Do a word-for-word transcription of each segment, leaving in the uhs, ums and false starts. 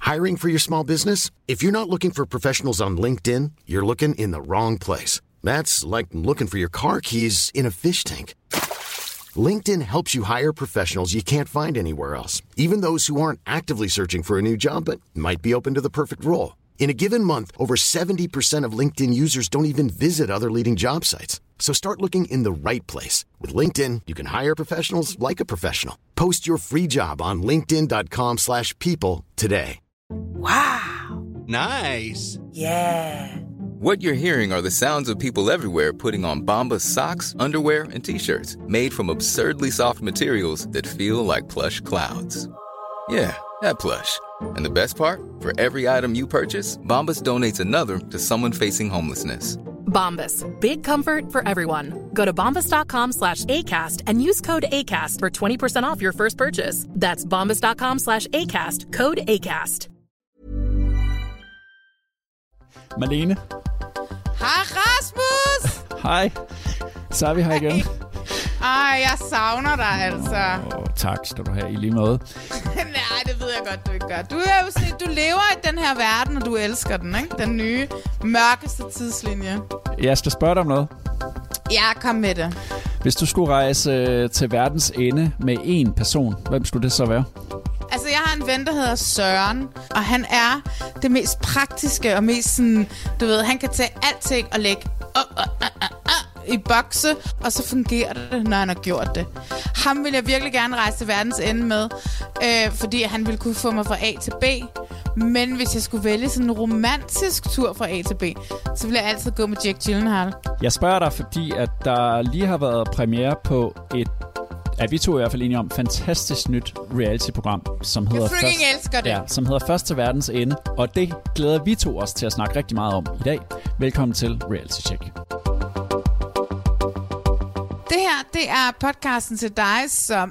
Hiring for your small business? If you're not looking for professionals on LinkedIn, you're looking in the wrong place. That's like looking for your car keys in a fish tank. LinkedIn helps you hire professionals you can't find anywhere else, even those who aren't actively searching for a new job but might be open to the perfect role. In a given month, over seventy percent of LinkedIn users don't even visit other leading job sites. So start looking in the right place. With LinkedIn, you can hire professionals like a professional. Post your free job on linkedin dot com slash people today. Wow. Nice. Yeah. What you're hearing are the sounds of people everywhere putting on Bombas socks, underwear, and T-shirts made from absurdly soft materials that feel like plush clouds. Yeah, that plush. And the best part? For every item you purchase, Bombas donates another to someone facing homelessness. Bombas. Big comfort for everyone. Go to bombas.com slash ACAST and use code ACAST for twenty percent off your first purchase. That's bombas.com slash ACAST. Code ACAST. Malene. Hej Rasmus! Hej. Så er vi her igen. Ej, jeg savner dig altså. Åh, tak skal du have i lige måde. Nej, det ved jeg godt, du ikke gør. Du er jo sådan, du lever i den her verden, og du elsker den, ikke? Den nye, mørkeste tidslinje. Jeg skal spørge dig om noget. Ja, kom med det. Hvis du skulle rejse til verdens ende med én person, hvem skulle det så være? Altså, jeg har en ven, der hedder Søren, og han er det mest praktiske og mest sådan, du ved, han kan tage alting og lægge uh, uh, uh, uh, uh, i bokse, og så fungerer det, når han har gjort det. Ham vil jeg virkelig gerne rejse til verdens ende med, øh, fordi han ville kunne få mig fra A til B. Men hvis jeg skulle vælge sådan en romantisk tur fra A til B, så ville jeg altid gå med Jake Gyllenhaal. Jeg spørger dig, fordi at der lige har været premiere på et, at vi to er i hvert fald enige om, fantastisk nyt reality-program, som hedder, jeg freaking først, elsker det. Ja, som hedder Først til verdens ende. Og det glæder vi to os til at snakke rigtig meget om i dag. Velkommen til Reality Check. Det her, det er podcasten til dig, som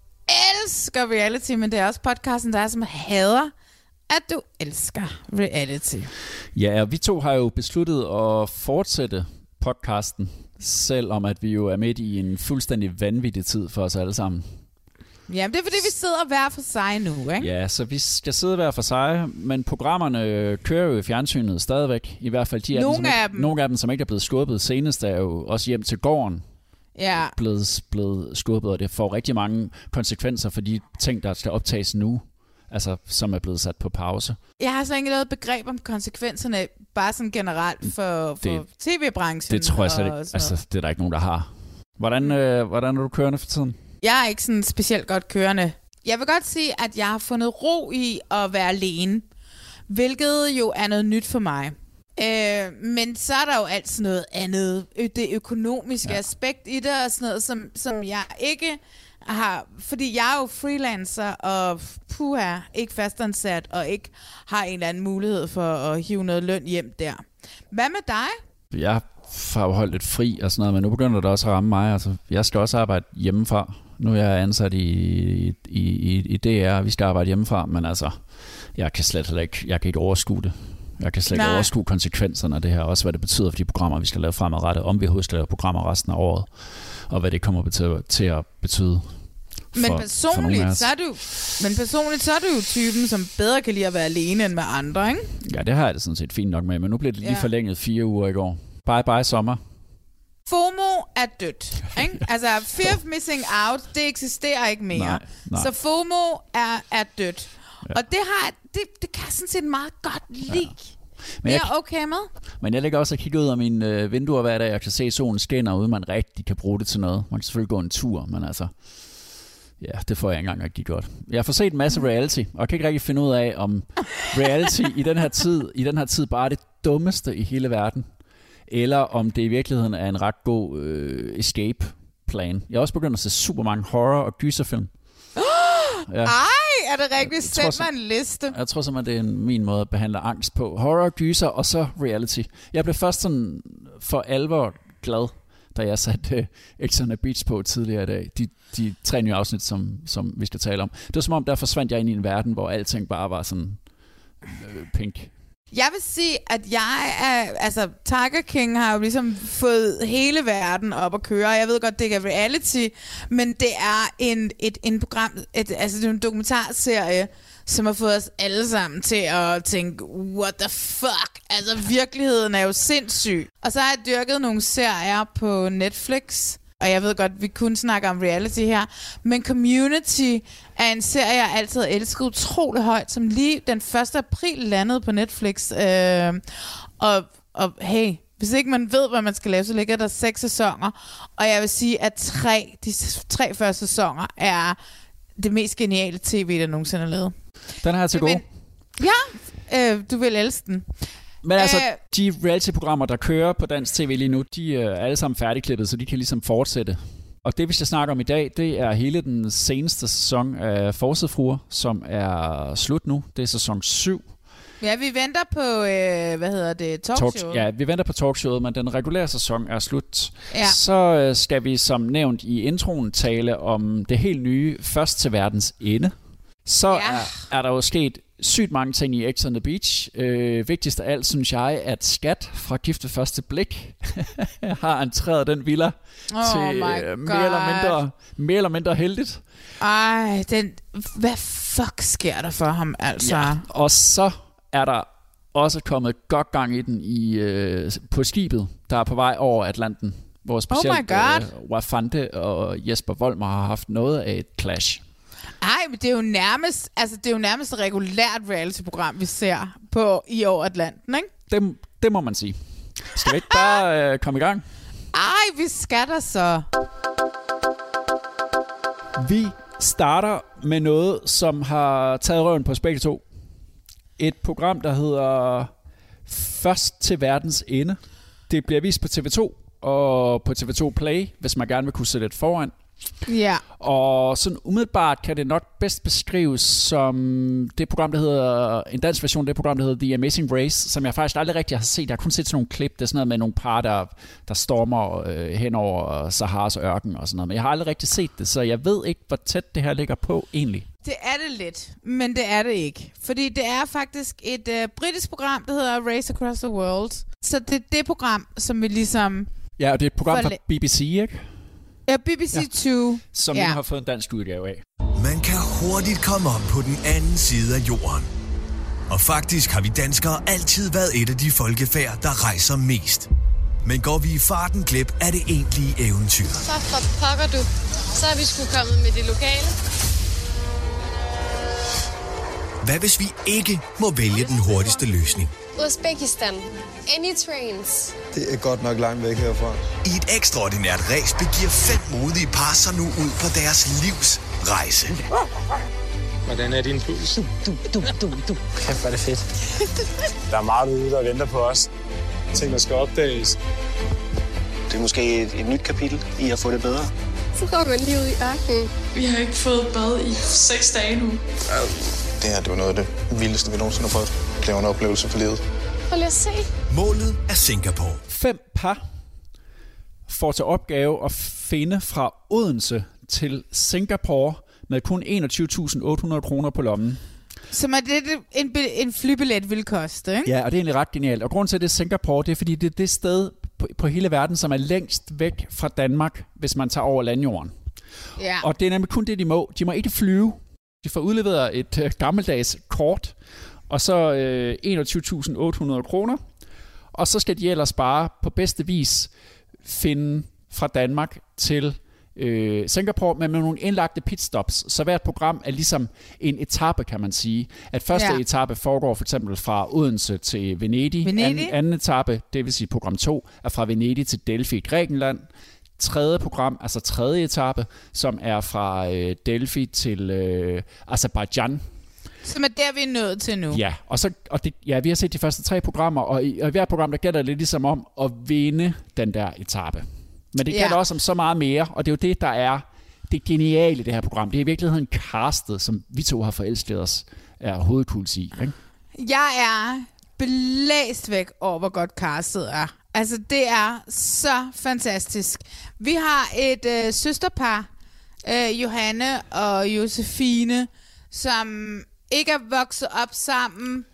elsker reality, men det er også podcasten til dig, som hader, at du elsker reality. Ja, og vi to har jo besluttet at fortsætte podcasten, selvom at vi jo er midt i en fuldstændig vanvittig tid for os alle sammen. Jamen, det er fordi, vi sidder hver for sig nu, ikke? Ja, så vi skal sidde hver for sig, men programmerne kører jo i fjernsynet stadigvæk. I hvert fald de af nogle dem, af ikke, dem. Nogle af dem, som ikke er blevet skubbet. Senest er jo også Hjem til gården ja. blevet, blevet skubbet, og det får rigtig mange konsekvenser for de ting, der skal optages nu, altså som er blevet sat på pause. Jeg har så ikke noget begreb om konsekvenserne, bare sådan generelt for, for det, tv-branchen. Det tror jeg slet ikke. Altså, det er der ikke nogen, der har. Hvordan, øh, hvordan er du kørende for tiden? Jeg er ikke sådan specielt godt kørende. Jeg vil godt sige, at jeg har fundet ro i at være alene, hvilket jo er noget nyt for mig. Øh, men så er der jo altid noget andet, det økonomiske ja. aspekt i det, og sådan noget, som, som jeg ikke har, fordi jeg er jo freelancer, og puha, ikke fastansat, og ikke har en eller anden mulighed for at hive noget løn hjem der. Hvad med dig? Jeg har jo holdt lidt fri og sådan noget, men nu begynder det også at ramme mig. Altså, jeg skal også arbejde hjemmefra. Nu er jeg ansat i, i, i, i D R, og vi skal arbejde hjemmefra, men altså, jeg kan slet ikke, jeg kan ikke overskue det. Jeg kan slet ikke overskue konsekvenserne af det her, også hvad det betyder for de programmer, vi skal lave fremadrettet, om vi overhovedet skal lave programmer resten af året, og hvad det kommer til, til at betyde. For, men personligt, så er du, men personligt, så er du jo typen, som bedre kan lide at være alene end med andre, ikke? Ja, det har jeg det sådan set fint nok med, men nu bliver det lige ja. forlænget fire uger i går. Bye bye sommer. FOMO er dødt, ikke? Altså, fear of missing out, det eksisterer ikke mere. Nej, nej. Så FOMO er, er dødt. Ja. Og det har det, det kan jeg sådan set meget godt lide. Ja. Men jeg er okay med. Men jeg lægger også at kigge ud af mine øh, vinduer hver dag, og kan se solen skinner, uden man rigtig kan bruge det til noget. Man kan selvfølgelig gå en tur, men altså, ja, det får jeg ikke engang rigtig godt. Jeg får set en masse reality, og kan ikke rigtig finde ud af, om reality i den her tid, i den her tid bare er det dummeste i hele verden, eller om det i virkeligheden er en ret god øh, escape plan. Jeg har også begyndt at se super mange horror- og gyserfilm. Ja. Ej, er det rigtigt? Sæt mig en liste. Jeg tror simpelthen, det er en, min måde at behandle angst på. Horror, gyser og så reality. Jeg blev først sådan for alvor glad, da jeg satte uh, X on the Beach på tidligere i dag. De, de tre nye afsnit, som, som vi skal tale om. Det var som om, der forsvandt jeg ind i en verden, hvor alting bare var sådan øh, pink. Jeg vil sige, at jeg er, altså Tiger King har jo ligesom fået hele verden op at køre. Jeg ved godt, det ikke er reality, men det er en, et, en program, et, altså det er en dokumentarserie, som har fået os alle sammen til at tænke, what the fuck? Altså, virkeligheden er jo sindssyg. Og så har jeg dyrket nogle serier på Netflix, og jeg ved godt, vi kun snakker om reality her, men Community er en serie, jeg altid har elsket utrolig højt, som lige den første april landede på Netflix. Øh, og, og hey, hvis ikke man ved, hvad man skal lave, så ligger der seks sæsoner, og jeg vil sige, at tre, de tre første sæsoner er det mest geniale tv, der nogensinde er lavet. Den har jeg til gode. Ja, øh, du vil elske den. Men altså, de reality-programmer, der kører på dansk tv lige nu, de er alle sammen færdigklippet, så de kan ligesom fortsætte. Og det, vi skal snakke om i dag, det er hele den seneste sæson af Forsædfruer, som er slut nu. Det er sæson syv. Ja, vi venter på, øh, hvad hedder det, talkshowet. Talk, ja, vi venter på talkshowet, men den regulære sæson er slut. Ja. Så øh, skal vi, som nævnt i introen, tale om det helt nye Først til verdens ende. Så ja. er, er der jo sket sygt mange ting i X on the Beach. Øh, vigtigst af alt, synes jeg, at Skat fra Gift ved første blik har entreret den villa oh til øh, mere, eller mindre, mere eller mindre heldigt. Ej, den, hvad fuck sker der for ham, altså? Ja, og så er der også kommet godt gang i den i, øh, på skibet, der er på vej over Atlanten, hvor specielt oh øh, Wafande og Jesper Vollmer har haft noget af et clash. Ej, men det er jo nærmest, altså det er jo nærmest et regulært reality-program, vi ser på i over Atlanten, ikke? Det, det må man sige. Skal vi ikke bare øh, komme i gang? Ej, vi skal da så. Vi starter med noget, som har taget røven på os begge to. Et program, der hedder Først til verdens ende. Det bliver vist på T V to og på T V to Play, hvis man gerne vil kunne sætte et foran. Ja. Og sådan umiddelbart kan det nok bedst beskrives som det program, der hedder, en dansk version, det program, der hedder The Amazing Race, som jeg faktisk aldrig rigtig har set. Jeg har kun set sådan nogle klip, det er sådan noget med nogle par, der, der stormer øh, hen over Saharas ørken og sådan noget. Men jeg har aldrig rigtig set det, så jeg ved ikke, hvor tæt det her ligger på egentlig. Det er det lidt, men det er det ikke. Fordi det er faktisk et øh, britisk program, der hedder Race Across the World. Så det er det program, som vi ligesom... Ja, og det er et program fra B B C, ikke? Ja, B B C ja. to. Som ja. vi har fået en dansk udgave af. Man kan hurtigt komme om på den anden side af jorden. Og faktisk har vi danskere altid været et af de folkefærd, der rejser mest. Men går vi i farten glip af det egentlige eventyr. Så for pokker du. Så er vi sgu kommet med det lokale. Hvad hvis vi ikke må vælge den hurtigste løsning? Uzbekistan. Any trains. Det er godt nok langt væk herfra. I et ekstraordinært race begiver fem modige par sig nu ud på deres livs rejse. Hvordan er din puls? Du, du, du, du, du. Kæft, hvor er det fedt. Der er meget ude, der venter på os. Ting, der skal opdages. Det er måske et, et nyt kapitel i at få det bedre. Så går man lige ud i ørkenen. Vi har ikke fået bad i seks dage nu. Det her, det var noget af det vildeste, vi nogensinde har prøvet. Det var en oplevelse for livet. Prøv lige at se. Målet er Singapore. Fem par får til opgave at finde fra Odense til Singapore med kun enogtyve tusind otte hundrede kroner på lommen. Som er det, en, en flybillet vil koste, ikke? Ja, og det er egentlig ret genialt. Og grunden til, at det er Singapore, det er, fordi det er det sted på, på hele verden, som er længst væk fra Danmark, hvis man tager over landjorden. Ja. Og det er nemlig kun det, de må. De må ikke flyve. De får udleveret et øh, gammeldags kort, og så øh, enogtyve tusind otte hundrede kroner. Og så skal de ellers bare på bedste vis finde fra Danmark til øh, Singapore, men med nogle indlagte pitstops. Så hvert program er ligesom en etape, kan man sige. At første ja. etape foregår for eksempel fra Odense til Venedig. Venedig. Anden, anden etape, det vil sige program to, er fra Venedig til Delphi i Grækenland. Tredje program, altså tredje etape, som er fra øh, Delphi til øh, Azerbaijan. Som er der, vi er nået til nu. Ja, og, så, og det, ja, vi har set de første tre programmer, og i, og i hvert program, der gælder det lidt ligesom om at vinde den der etape. Men det gælder ja. også om så meget mere, og det er jo det, der er det geniale i det her program. Det er i virkeligheden castet, som vi to har forelsket os, er hovedpuls i. Ikke? Jeg er blæst væk over, hvor godt castet er. Altså, det er så fantastisk. Vi har et øh, søsterpar, øh, Johanne og Josefine, som ikke er vokset op sammen,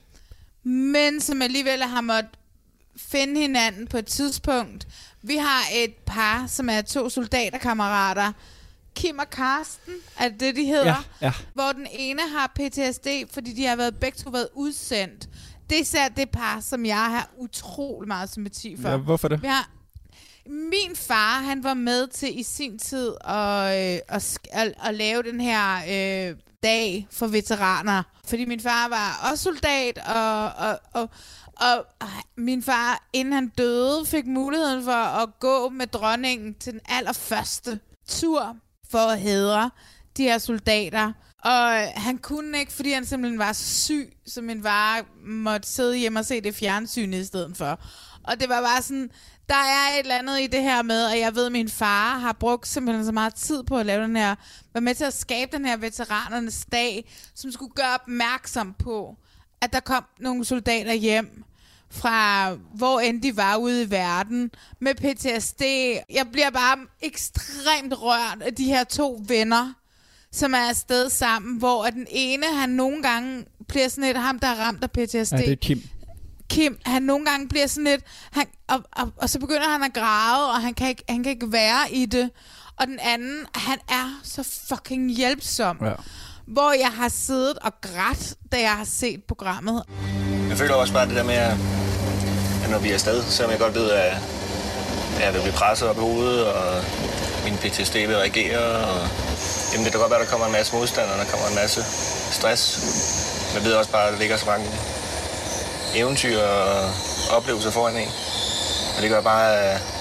men som alligevel har måttet finde hinanden på et tidspunkt. Vi har et par, som er to soldaterkammerater, Kim og Karsten, er det det, de hedder? Ja, ja. Hvor den ene har P T S D, fordi de har været begge to været udsendt. Det er især det par, som jeg har utrolig meget sympati for. Ja, hvorfor det? Vi har Min far, han var med til i sin tid at, øh, at, at, at lave den her øh, dag for veteraner. Fordi min far var også soldat, og, og, og, og, og min far, inden han døde, fik muligheden for at gå med dronningen til den allerførste tur for at hædre de her soldater. Og han kunne ikke, fordi han simpelthen var syg, så min far måtte sidde hjemme og se det fjernsyn i stedet for. Og det var bare sådan, der er et eller andet i det her med, at jeg ved, at min far har brugt simpelthen så meget tid på at lave den her, være med til at skabe den her veteranernes dag, som skulle gøre opmærksom på, at der kom nogle soldater hjem fra hvor end de var ude i verden med P T S D. Jeg bliver bare ekstremt rørt af de her to venner, som er afsted sammen, hvor den ene, han nogle gange bliver sådan et, ham der er ramt af P T S D. Ja, det er Kim. Kim, han nogle gange bliver sådan lidt, han, og, og, og så begynder han at græde, og han kan, ikke, han kan ikke være i det. Og den anden, han er så fucking hjælpsom. Ja. Hvor jeg har siddet og grædt, da jeg har set programmet. Jeg føler også bare det der med, at når vi er afsted, selvom jeg godt ved, at jeg vil blive presset op i hovedet, og min P T S D vil reagere, og jamen, det kan godt være, at der kommer en masse modstand, og der kommer en masse stress. Men jeg ved også bare, at der ligger så mange eventyr og oplevelser foran en. Og det gør bare,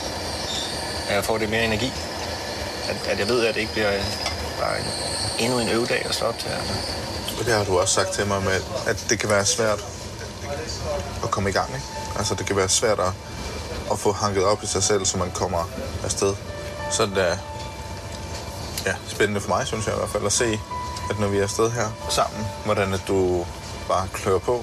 at jeg får det mere energi. At, at jeg ved, at det ikke bliver bare en, endnu en øvedag at stå op til. Altså. Og det har du også sagt til mig, med, at det kan være svært at komme i gang. Ikke? Altså, det kan være svært at, at få hanket op i sig selv, så man kommer afsted. Så det er ja, spændende for mig, synes jeg i hvert fald, at se, at når vi er afsted her sammen, hvordan at du bare klør på.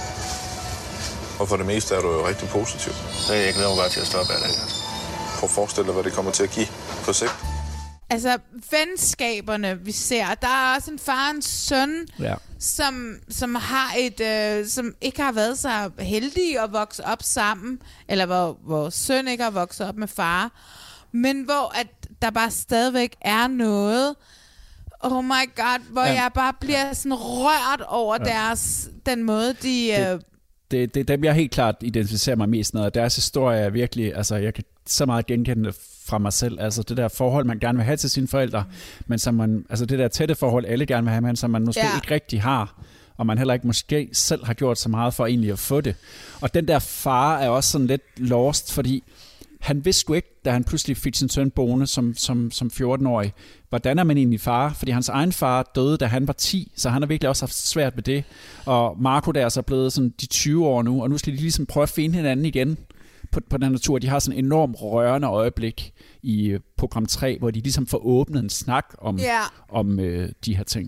Og for det meste er du jo rigtig positiv. Så jeg glæder mig bare til at stoppe af det. Altså. Prøv at forestille dig, hvad det kommer til at give på sigt. Altså, venskaberne, vi ser, der er også en far og en søn, ja. som, som, har et, øh, som ikke har været så heldige at vokse op sammen, eller hvor, hvor søn ikke har vokset op med far, men hvor at der bare stadigvæk er noget, oh my god, hvor ja. jeg bare bliver sådan rørt over ja. deres, den måde, de... Øh, det, det, det dem, jeg helt klart identificerer mig mest med, og deres historie er virkelig, altså jeg kan så meget genkende fra mig selv, altså det der forhold, man gerne vil have til sine forældre, mm. men som man, altså det der tætte forhold, alle gerne vil have, men som man måske ja. ikke rigtig har, og man heller ikke måske selv har gjort så meget for egentlig at få det. Og den der far er også sådan lidt lost, fordi han vidste sgu ikke, da han pludselig fik sin søn boende som, som, som fjorten-årig, hvordan er man egentlig far? Fordi hans egen far døde, da han var ti, så han har virkelig også haft svært med det. Og Marco der er så blevet sådan de tyve år nu, og nu skal de ligesom prøve at finde hinanden igen på, på den her tur. De har sådan en enormt rørende øjeblik i program tre, hvor de ligesom får åbnet en snak om, yeah. om øh, de her ting.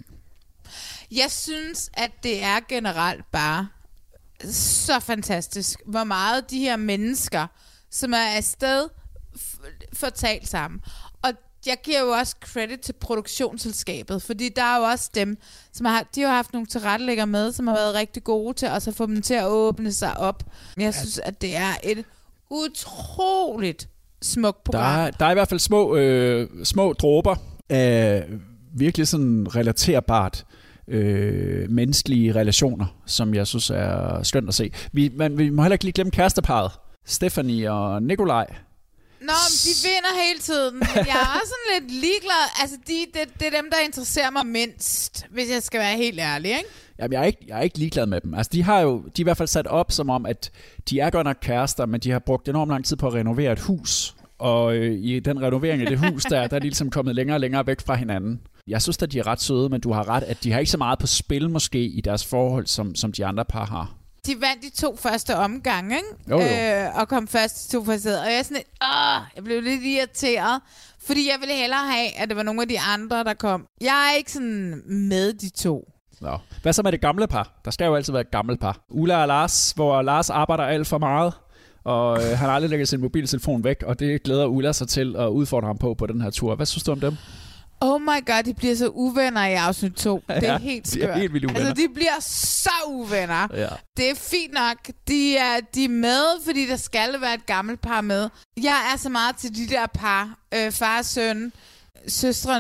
Jeg synes, at det er generelt bare så fantastisk, hvor meget de her mennesker, som er afsted, får talt sammen. Og jeg giver jo også credit til produktionsselskabet, fordi der er jo også dem, som har, de har haft nogle tilrettelæggere med, som har været rigtig gode til også at få dem til at åbne sig op. Jeg synes, at det er et utroligt smukt program. Der er, der er i hvert fald små, øh, små dråber af virkelig sådan relaterbart øh, menneskelige relationer, som jeg synes er skønt at se. Vi, man, vi må heller ikke lige glemme kæresteparret. Stephanie og Nikolaj. Nå, men de vinder hele tiden. Men jeg er også sådan lidt ligeglad. Altså, de, det, det er dem, der interesserer mig mindst, hvis jeg skal være helt ærlig, ikke? Jamen, jeg er ikke, jeg er ikke ligeglad med dem. Altså, de har jo de er i hvert fald sat op som om, at de er godt nok kærester, men de har brugt enormt lang tid på at renovere et hus. Og øh, i den renovering af det hus, der, der er de ligesom kommet længere og længere væk fra hinanden. Jeg synes, at de er ret søde, men du har ret, at de har ikke så meget på spil måske i deres forhold, som, som de andre par har. De vandt de to første omgange, ikke? Jo, jo. Øh, og kom først to første. Og jeg er sådan lidt, åh, jeg blev lidt irriteret, fordi jeg ville hellere have, at det var nogle af de andre, der kom. Jeg er ikke sådan med de to. Nå. Hvad så med det gamle par? Der skal jo altid være et gammelt par. Ulla og Lars, hvor Lars arbejder alt for meget, og øh, han har aldrig lægget sin mobiltelefon væk, og det glæder Ulla sig til at udfordre ham på på den her tur. Hvad synes du om dem? Oh my god, de bliver så uvenner i afsnit to. Det er ja, helt skørt. De er helt vildt uvenner. Altså, de bliver så uvenner. Ja. Det er fint nok. De er, de er med, fordi der skal være et gammelt par med. Jeg er så meget til de der par, øh, far og søn, søstrene,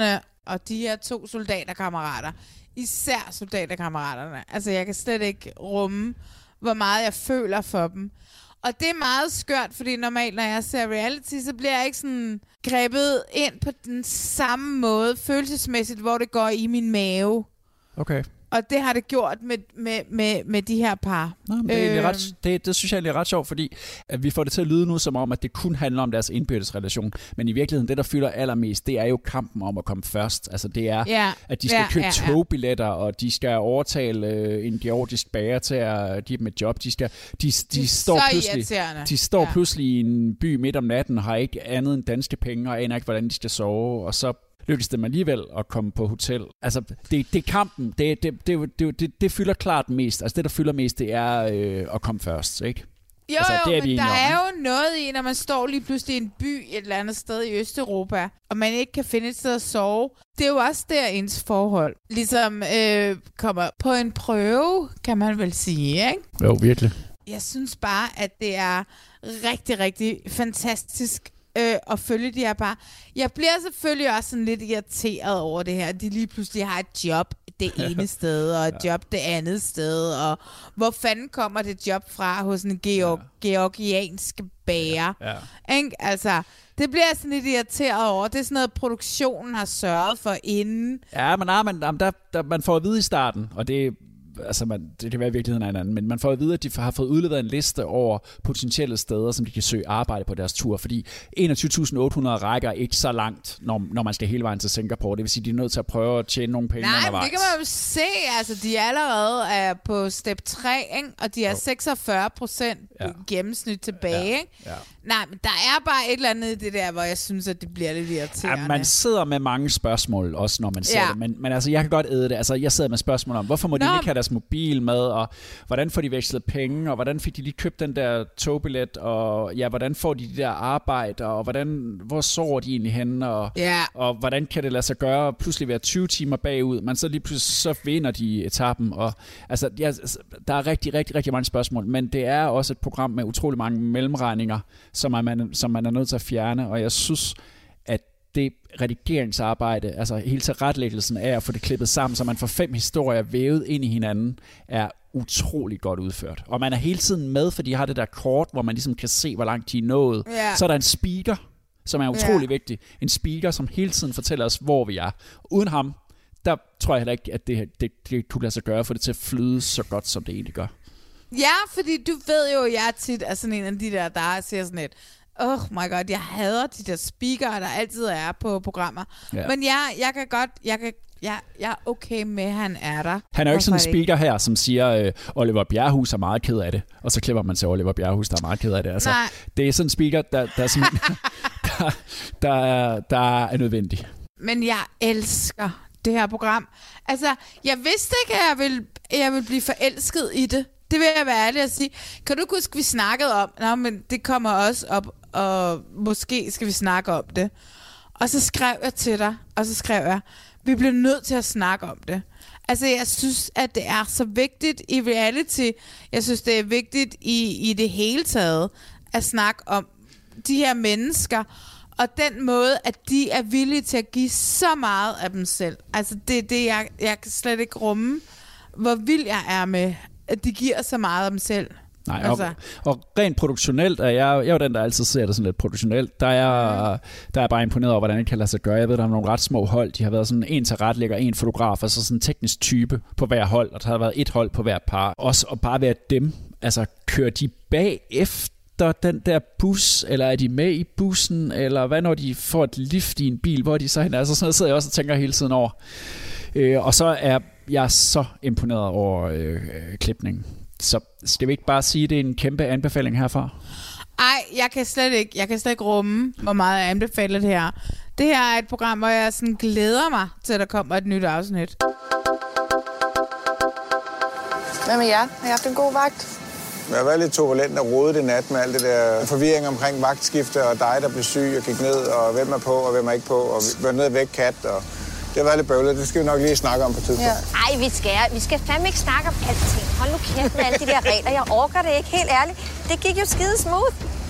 og de her to soldaterkammerater, især soldaterkammeraterne, altså jeg kan slet ikke rumme, hvor meget jeg føler for dem. Og det er meget skørt, fordi normalt, når jeg ser reality, så bliver jeg ikke sådan grebet ind på den samme måde, følelsesmæssigt, hvor det går i min mave. Okay. Og det har det gjort med, med, med, med de her par. Nå, men det, er øh, ret, det, det synes jeg er ret sjovt, fordi at vi får det til at lyde nu som om, at det kun handler om deres indbyrdes relation. Men i virkeligheden, det der fylder allermest, det er jo kampen om at komme først. Altså det er, ja, at de skal ja, købe ja, ja. togbilletter, og de skal overtale øh, en georgisk bager til at give dem et job. De, skal, de, de, de står, pludselig, de står ja. pludselig i en by midt om natten, har ikke andet end danske penge, og aner ikke, hvordan de skal sove, og så lykkes dem alligevel at komme på hotel. Altså, det, det er kampen. Det, det, det, det, det, det fylder klart mest. Altså, det, der fylder mest, det er øh, at komme først, ikke? Jo, altså, jo, det er men der om, er jo noget i, når man står lige pludselig i en by et eller andet sted i Østeuropa, og man ikke kan finde et sted at sove. Det er jo også der, ens forhold ligesom øh, kommer på en prøve, kan man vel sige, ikke? Jo, virkelig. Jeg synes bare, at det er rigtig, rigtig fantastisk Øh, og følge de her par. Jeg bliver selvfølgelig også sådan lidt irriteret over det her. De lige pludselig har et job det ene sted, og et ja. job det andet sted, og hvor fanden kommer det job fra hos en georg- ja. georgiansk bager? Ja. Ja. Altså, det bliver jeg sådan lidt irriteret over. Det er sådan noget, produktionen har sørget for inden. Ja, men, nej, men der, der, man får at vide i starten, og det altså man, det kan være i virkeligheden af en anden, men man får at vide, at de har fået udleveret en liste over potentielle steder, som de kan søge arbejde på deres tur, fordi enogtyve tusind otte hundrede rækker ikke så langt, når, når man skal hele vejen til Singapore. Det vil sige, at de er nødt til at prøve at tjene nogle penge undervejs. Nej, men det kan man jo se. Altså, de allerede er på step tre, ikke? Og de er oh. seksogfyrre procent ja. gennemsnit tilbage. Ja. Ikke? Ja. Nej, men der er bare et eller andet i det der, hvor jeg synes, at det bliver lidt irriterende. Ja, man sidder med mange spørgsmål, også når man ser ja. det, men, men altså, jeg kan godt æde det. Altså, jeg sidder med spørgsmål om, hvorfor må Nå. de ikke have deres mobil med, og hvordan får de vekslet penge, og hvordan fik de lige købt den der togbillet, og ja, hvordan får de de der arbejde, og hvordan, hvor sover de egentlig henne, og, ja. og hvordan kan det lade sig gøre pludselig være tyve timer bagud, men så lige pludselig så vinder de etappen, og altså, ja, der er rigtig, rigtig, rigtig mange spørgsmål, men det er også et program med utrolig mange mellemregninger, som er man, som man er nødt til at fjerne, og jeg synes, at det redigeringsarbejde, altså hele tilrettelæggelsen af at få det klippet sammen, så man får fem historier vævet ind i hinanden, er utrolig godt udført. Og man er hele tiden med, fordi de har det der kort, hvor man ligesom kan se, hvor langt de er nået. Yeah. Så er der en speaker, som er utrolig yeah. vigtig. En speaker, som hele tiden fortæller os, hvor vi er. Uden ham, der tror jeg heller ikke, at det, det, det kunne lade sig gøre, for det til at flyde så godt, som det egentlig gør. Ja, fordi du ved jo, jeg tit er sådan en af de der, der siger sådan et, oh my god, jeg hader de der speakere, der altid er på programmer. Ja. Men ja, jeg kan godt, jeg kan Jeg, jeg er okay med, at han er der. Han er jo ikke sådan en speaker her, som siger, øh, Oliver Bjerrehus er meget ked af det. Og så klipper man til Oliver Bjerrehus, der er meget ked af det. Altså, det er sådan en speaker, der, der, er, der, der, er, der er nødvendig. Men jeg elsker det her program. Altså, jeg vidste ikke, at jeg ville, jeg ville blive forelsket i det. Det vil jeg være ærlig at sige. Kan du huske, vi snakkede om, nå, men det kommer også op, og måske skal vi snakke om det. Og så skrev jeg til dig, og så skrev jeg, vi bliver nødt til at snakke om det. Altså, jeg synes, at det er så vigtigt i reality. Jeg synes, det er vigtigt i, i det hele taget at snakke om de her mennesker, og den måde, at de er villige til at give så meget af dem selv. Altså, det er det, jeg, jeg kan slet ikke rumme, hvor vild jeg er med, at de giver så meget af dem selv. Nej, altså. og, og rent produktionelt er jeg, jeg er jo den, der altid ser det sådan lidt produktionelt. Der er, mm. der er bare imponeret over, hvordan det kan lade sig gøre. Jeg ved, der er nogle ret små hold. De har været sådan en tilrettelægger, en fotograf, og så sådan en teknisk type på hver hold, og der har været et hold på hver par. Også at bare være dem, altså kører de bagefter den der bus, eller er de med i bussen, eller hvad når de får et lift i en bil, hvor de så hen er. Så sådan noget sidder jeg også og tænker hele tiden over. Øh, og så er jeg så imponeret over øh, klipningen. Så skal vi ikke bare sige, at det er en kæmpe anbefaling herfra? Ej, jeg kan slet ikke, jeg kan slet ikke rumme, hvor meget jeg anbefaler det her. Det her er et program, hvor jeg sådan glæder mig til, at der kommer et nyt afsnit. Hvad med jer? Har I haft en god vagt? Jeg har været lidt turbulent og rodet i nat med alt det der forvirring omkring vagtskifte, og dig, der blev syg og gik ned, og hvem er på, og hvem er ikke på, og vi var nede væk kat, og det har været lidt bøvlet. Det skal vi nok lige snakke om på tidspunkt. Ja. Ej, vi skal, vi skal fandme ikke snakke om alting. Hold nu kæft med alle de der regler. Jeg orker det ikke, helt ærligt. Det gik jo skide smooth. Ja,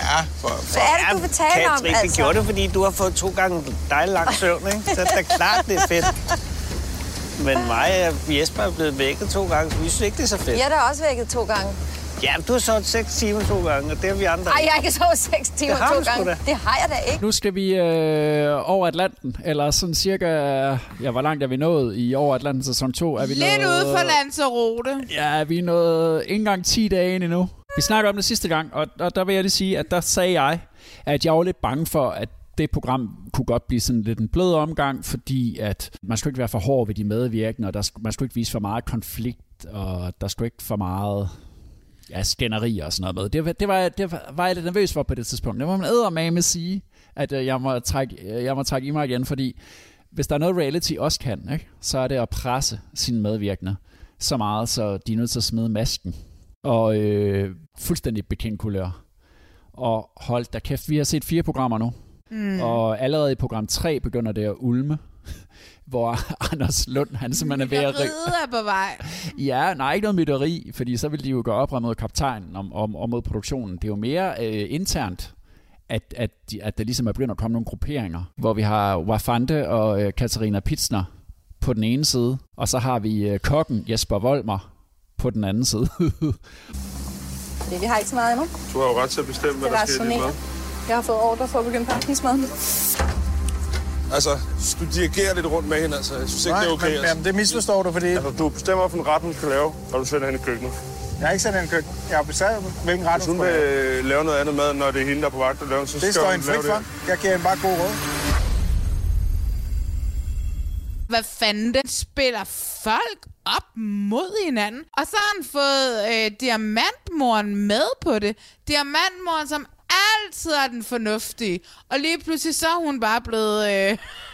for, for... Hvad er det, du vil tale om, Katrin, altså? det gjorde det, fordi du har fået to gange dejlig lang søvn, ikke? Så det er klart, det er fedt. Men mig og Jesper er blevet vækket to gange, så vi synes ikke, det er så fedt. Jeg er da også vækket to gange. Ja, du har sovet seks timer to gange, og det har vi andre. Ej, jeg har ikke sovet seks timer to gange. Da. Det har jeg da ikke. Nu skal vi øh, over Atlanten, eller sådan cirka, ja, hvor langt er vi nået i over Atlanten sæson to? Er vi Lidt nået, ude for Lanzarote. Ja, vi er nået ikke engang ti dage ind endnu. Vi snakker om det sidste gang, og, og der vil jeg lige sige, at der sagde jeg, at jeg var lidt bange for, at det program kunne godt blive sådan lidt en blød omgang, fordi at man skulle ikke være for hård ved de medvirkende, og der, man skulle ikke vise for meget konflikt, og der skulle ikke for meget ja, skænderier og sådan noget med. Det, det, var, det var jeg lidt nervøs for på det tidspunkt. Det må man eddermame sige, at jeg må, trække, jeg må trække i mig igen, fordi hvis der er noget reality også kan, ikke, så er det at presse sine medvirkende så meget, så de er nødt til at smide masken. Og øh, fuldstændig bekendt kulør. Og hold da kæft, vi har set fire programmer nu. Mm. Og allerede i program tre begynder det at ulme, hvor Anders Lund, han simpelthen er ved at... Mytteriet er på vej. Ja, nej, ikke noget mytteri, fordi så vil de jo gå op mod kaptajnen og, og, og mod produktionen. Det er jo mere øh, internt, at, at, de, at der ligesom er begyndt at komme nogle grupperinger, hvor vi har Wafande og øh, Katarina Pitsner på den ene side, og så har vi øh, kokken Jesper Volmer på den anden side. Fordi vi har ikke så meget endnu. Du har jo ret til at bestemme, hvad der sker i dit mad. Jeg har fået ordre for at begynde på aftensmaden. Altså, du dirigerer lidt rundt med hende, altså. Jeg synes ikke, Nej, det er okay. Men, altså. jamen, det misforstår du, fordi... Altså, du bestemmer, hvilken ret hun skal lave, og du sender hende i køkkenet. Jeg har ikke sendt hende i køkkenet. Jeg har bestemt, hvilken ret hun skal lave. Hvis hun vil lave noget andet mad, når det er hende, der er på vagt, så det skal står hun frit for. Jeg giver hende bare god råd. Hvad fanden, den spiller folk op mod hinanden. Og så har han fået øh, diamantmoren med på det. Diamantmoren, som altid er den fornuftige. Og lige pludselig så er hun bare blevet... Øh,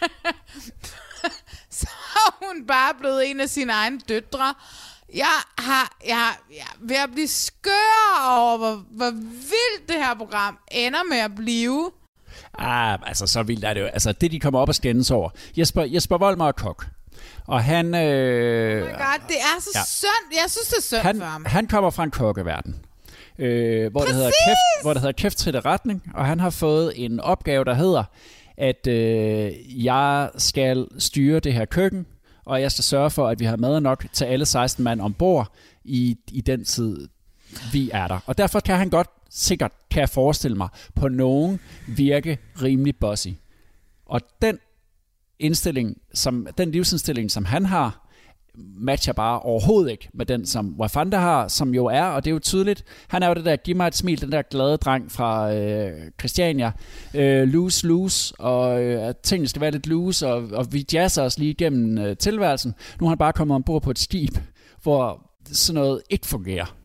så er hun bare blevet en af sine egne døtre. Jeg har, jeg har, jeg er ved at blive skør over, hvor, hvor vildt det her program ender med at blive. Ah, altså så vildt er det jo. Altså det, de kommer op og skændes over. Jesper, Jesper Volmer er kok. Og han... Øh, oh my God, det er så ja. synd. Jeg synes, det er synd han, for ham. Han kommer fra en kokkeverden. Øh, hvor, det hedder kæft, hvor det hedder kæft til det retning. Og han har fået en opgave, der hedder, at øh, jeg skal styre det her køkken, og jeg skal sørge for, at vi har mad nok til alle seksten mand ombord i, i den tid, vi er der. Og derfor kan han godt, sikkert kan jeg forestille mig, på nogen virke rimelig bossy. Og den indstilling, som, den livsindstilling, som han har, matcher bare overhovedet ikke med den, som Wafande har, som jo er, og det er jo tydeligt, han er jo det der, giv mig et smil, den der glade dreng fra øh, Christiania, øh, loose, loose, og øh, at tingene skal være lidt loose, og, og vi jazzer os lige igennem øh, tilværelsen. Nu er han bare kommet ombord på et skib, hvor sådan noget ikke fungerer.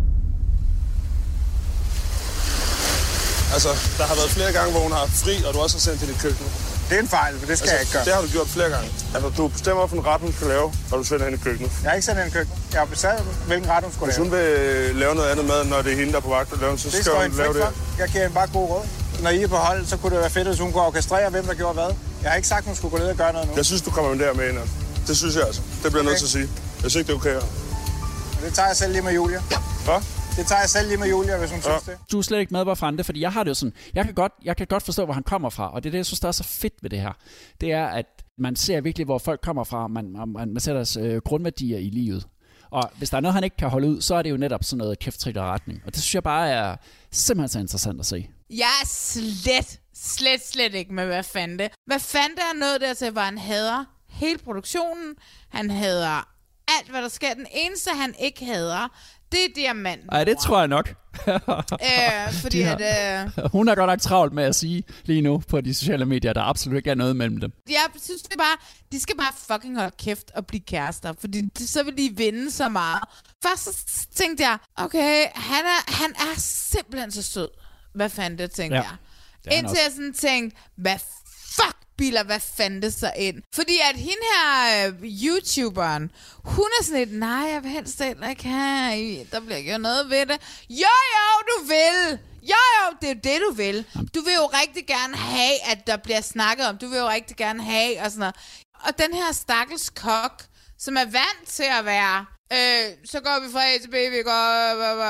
Altså, der har været flere gange, hvor hun har haft fri, og du også har sendt hende i køkkenet. Det er en fejl, for det skal altså, jeg ikke gøre. Det har du gjort flere gange. Altså, du bestemmer, hvilken ret hun skal lave, og du sender hende i køkkenet. Jeg har ikke sendt hende i køkkenet. Jeg har bestemt, hvilken ret hun skulle Hvis lave. Hvis hun vil lave noget andet mad, når det er hende, der er på vagt, så det skal hun lave det. Jeg giver hende bare god råd. Når I er på hold, så kunne det være fedt, hvis hun kunne orkestrere, hvem der gjorde hvad. Jeg har ikke sagt, hun skulle gå ned og gøre noget nu. Jeg synes, du kommer med der med hende. Det synes jeg altså. Det bliver okay. Nødt til at sige. Jeg synes ikke, det er okay her. Det tager jeg selv lige med Julia. Hvad? Det tager jeg selv lige med Julia, hvis hun ja. synes det. Du er slet ikke med, Wafande, fordi jeg har det jo sådan, jeg kan, godt, jeg kan godt forstå, hvor han kommer fra, og det er det, jeg synes, der er så fedt ved det her. Det er, at man ser virkelig, hvor folk kommer fra, man, man, man ser deres øh, grundværdier i livet. Og hvis der er noget, han ikke kan holde ud, så er det jo netop sådan noget kæft og retning. Og det synes jeg bare er simpelthen så interessant at se. Jeg er slet, slet, slet ikke med Wafande. Wafande er noget der til, hvor han hader hele produktionen. Han hader alt, hvad der sker. Den eneste, han ikke hader, det er diamanten. Ej, det tror jeg nok. øh, fordi har, at, øh, hun har godt nok travlt med at sige lige nu på de sociale medier, der absolut ikke er noget mellem dem. Jeg synes det er bare, de skal bare fucking holde kæft og blive kærester, fordi de, så vil de vinde så meget. Først så tænkte jeg, okay, han er, han er simpelthen så sød. Hvad fanden det, tænkte ja, jeg. Indtil jeg sådan tænkte, hvad fuck biler, hvad fanden det så ind? Fordi at hende her uh, YouTuberen, hun er sådan lidt, nej, jeg vil helst heller ikke have, der bliver ikke noget ved det. Jo, jo, du vil! Jo, jo, det er det, du vil. Du vil jo rigtig gerne have, at der bliver snakket om. Du vil jo rigtig gerne have, og sådan noget. Og den her stakkels kok, som er vant til at være, øh, så går vi fra A til B, vi går, blah, blah, blah.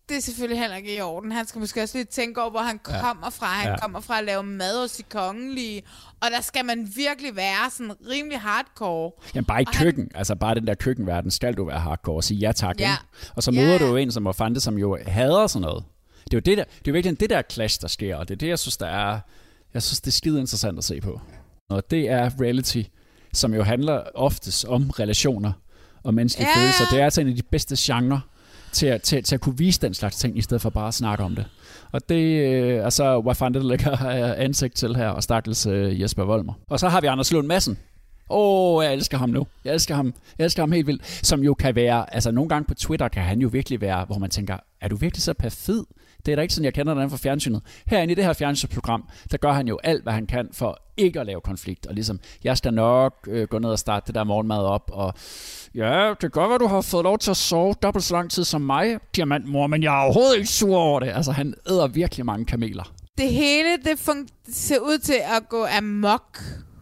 det er selvfølgelig heller ikke i orden. Han skal måske også lige tænke over, hvor han ja. kommer fra. Han ja. kommer fra at lave mad hos de kongelige, og der skal man virkelig være sådan rimelig hardcore. Jamen bare i og køkken, han... altså bare den der køkkenverden, skal du være hardcore og sige ja tak, ja. Ikke? Og så møder ja. du jo en som Wafande, som jo hader sådan noget. Det er jo det der, det er jo virkelig det der clash, der sker, og det er det, jeg synes, der er, jeg synes, det er skide interessant at se på. Og det er reality, som jo handler oftest om relationer og menneskelige ja. følelser. Det er altså en af de bedste genrer til at, til, til at kunne vise den slags ting, i stedet for bare at snakke om det. Og det er altså Wafande, der lægger ansigt til her, og stakkels uh, Jesper Volmer. Og så har vi Anders Lund Madsen. Åh, oh, jeg elsker ham nu. Jeg elsker ham. Jeg elsker ham helt vildt. Som jo kan være, altså nogle gange på Twitter kan han jo virkelig være, hvor man tænker, er du virkelig så perfid? Det er da ikke sådan, jeg kender den fra fjernsynet. Herinde i det her fjernsynsprogram, der gør han jo alt, hvad han kan for ikke at lave konflikt. Og ligesom, jeg skal nok øh, gå ned og starte det der morgenmad op, og ja, det kan godt være, du har fået lov til at sove dobbelt så lang tid som mig, diamantmor, men jeg er overhovedet ikke sur over det. Altså, han æder virkelig mange kameler. Det hele, det fun- ser ud til at gå amok.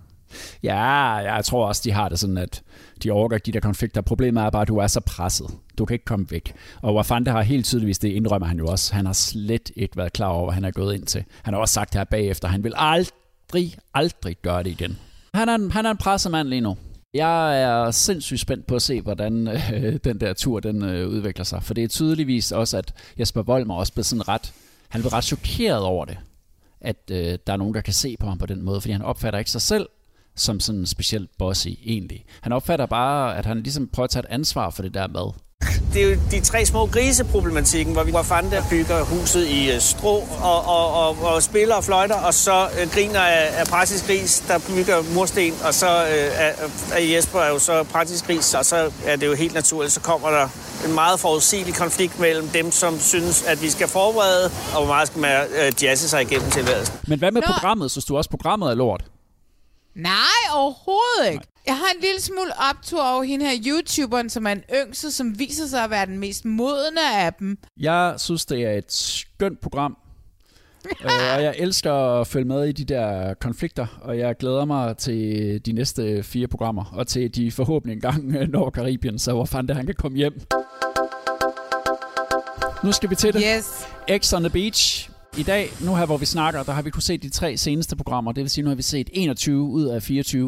Ja, jeg tror også, de har det sådan, at de overgår de der konflikter. Problemet er bare, at du er så presset. Du kan ikke komme væk. Og Wafande har helt tydeligvis, det indrømmer han jo også, han har slet ikke været klar over, hvad han er gået ind til. Han har også sagt her bagefter, han vil aldrig, aldrig gøre det igen. Han er en, han er en presset mand lige nu. Jeg er sindssygt spændt på at se, hvordan øh, den der tur den øh, udvikler sig. For det er tydeligvis også, at Jesper Volmer også blev sådan ret, han blev ret chokeret over det. At øh, der er nogen, der kan se på ham på den måde, fordi han opfatter ikke sig selv som sådan specielt bossy egentlig. Han opfatter bare, at han ligesom prøver at tage et ansvar for det der mad. Det er jo de tre små griseproblematikken, hvor vi Wafande bygger huset i strå og, og, og, og spiller og fløjter, og så øh, griner af, af praktisk gris, der bygger mursten, og så øh, er Jesper er jo så praktisk gris, og så er det jo helt naturligt, så kommer der en meget forudsigelig konflikt mellem dem, som synes, at vi skal forberede, og hvor meget skal man øh, jazze sig igennem tilværelsen. Men hvad med Nå. programmet? Synes du også, programmet er lort? Nej, overhovedet ikke. Jeg har en lille smule optur over hende her YouTuberen, som er en yngste, som viser sig at være den mest modne af dem. Jeg synes, det er et skønt program. øh, og jeg elsker at følge med i de der konflikter, og jeg glæder mig til de næste fire programmer, og til de forhåbentlig engang når Karibien, så hvor fanden det, han kan komme hjem. Nu skal vi til det. Yes. X on the Beach. I dag, nu her hvor vi snakker, der har vi kunne se de tre seneste programmer. Det vil sige, nu har vi set enogtyve ud af fireogtyve.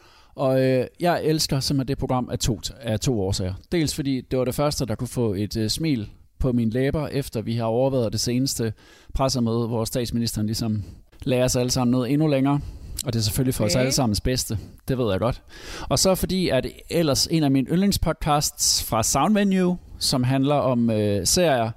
Og øh, jeg elsker simpelthen det program af to, af to årsager. Dels fordi det var det første, der kunne få et øh, smil på mine læber, efter vi har overvejet det seneste pressemøde, hvor statsministeren ligesom lærer os alle sammen noget endnu længere. Og det er selvfølgelig for okay. os alle sammens bedste. Det ved jeg godt. Og så fordi, at ellers en af mine yndlingspodcasts fra Soundvenue, som handler om øh, serier,